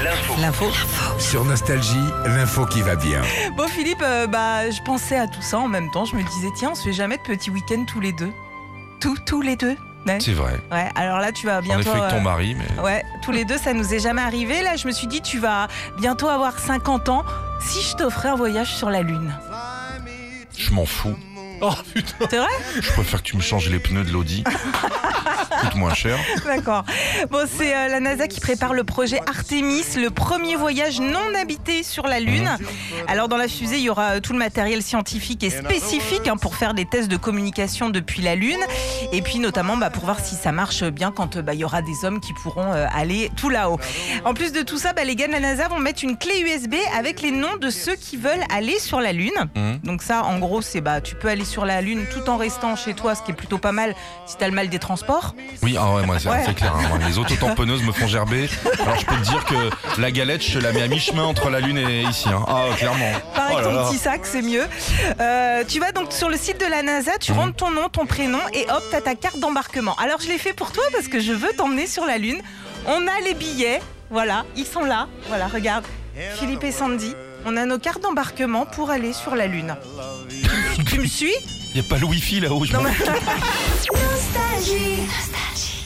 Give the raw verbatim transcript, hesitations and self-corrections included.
L'info. L'info. Sur Nostalgie, l'info qui va bien. Bon Philippe, euh, bah, je pensais à tout ça en même temps. Je me disais, tiens, on se fait jamais de petits week-ends tous les deux. Tous, tous les deux. Ouais. C'est vrai. Ouais, alors là, tu vas En bientôt... effet, avec ton euh, mari, mais... Ouais, tous les deux, ça nous est jamais arrivé. Là, je me suis dit, tu vas bientôt avoir cinquante ans. Si je t'offrais un voyage sur la Lune. Je m'en fous. Oh putain. C'est vrai? Je préfère que tu me changes les pneus de l'Audi. Coûte moins cher. D'accord. Bon, c'est euh, la NASA qui prépare le projet Artemis, le premier voyage non habité sur la Lune. Alors, dans la fusée, il y aura euh, tout le matériel scientifique et spécifique hein, pour faire des tests de communication depuis la Lune. Et puis, notamment, bah, pour voir si ça marche bien quand euh, bah, il y aura des hommes qui pourront euh, aller tout là-haut. En plus de tout ça, bah, les gars de la NASA vont mettre une clé U S B avec les noms de ceux qui veulent aller sur la Lune. Mmh. Donc ça, en gros, c'est bah, tu peux aller sur la Lune tout en restant chez toi, ce qui est plutôt pas mal si t'as le mal des transports. Oui, ah ouais, moi, c'est Ouais. c'est clair. Hein. Moi, les autotamponneuses me font gerber. Alors, je peux te dire que la galette, je te la mets à mi-chemin entre la Lune et ici. Hein. Ah, clairement. Pareil, Oh là ton là. petit sac, c'est mieux. Euh, tu vas donc sur le site de la NASA, tu Mmh. rentres ton nom, ton prénom et hop, t'as ta carte d'embarquement. Alors, je l'ai fait pour toi parce que je veux t'emmener sur la Lune. On a les billets, voilà, ils sont là. Voilà, regarde, Philippe et Sandy, on a nos cartes d'embarquement pour aller sur la Lune. Tu me suis? Il n'y a pas le wifi là-haut. Je Non, m'en mais- fous. Nostalgie. Nostalgie.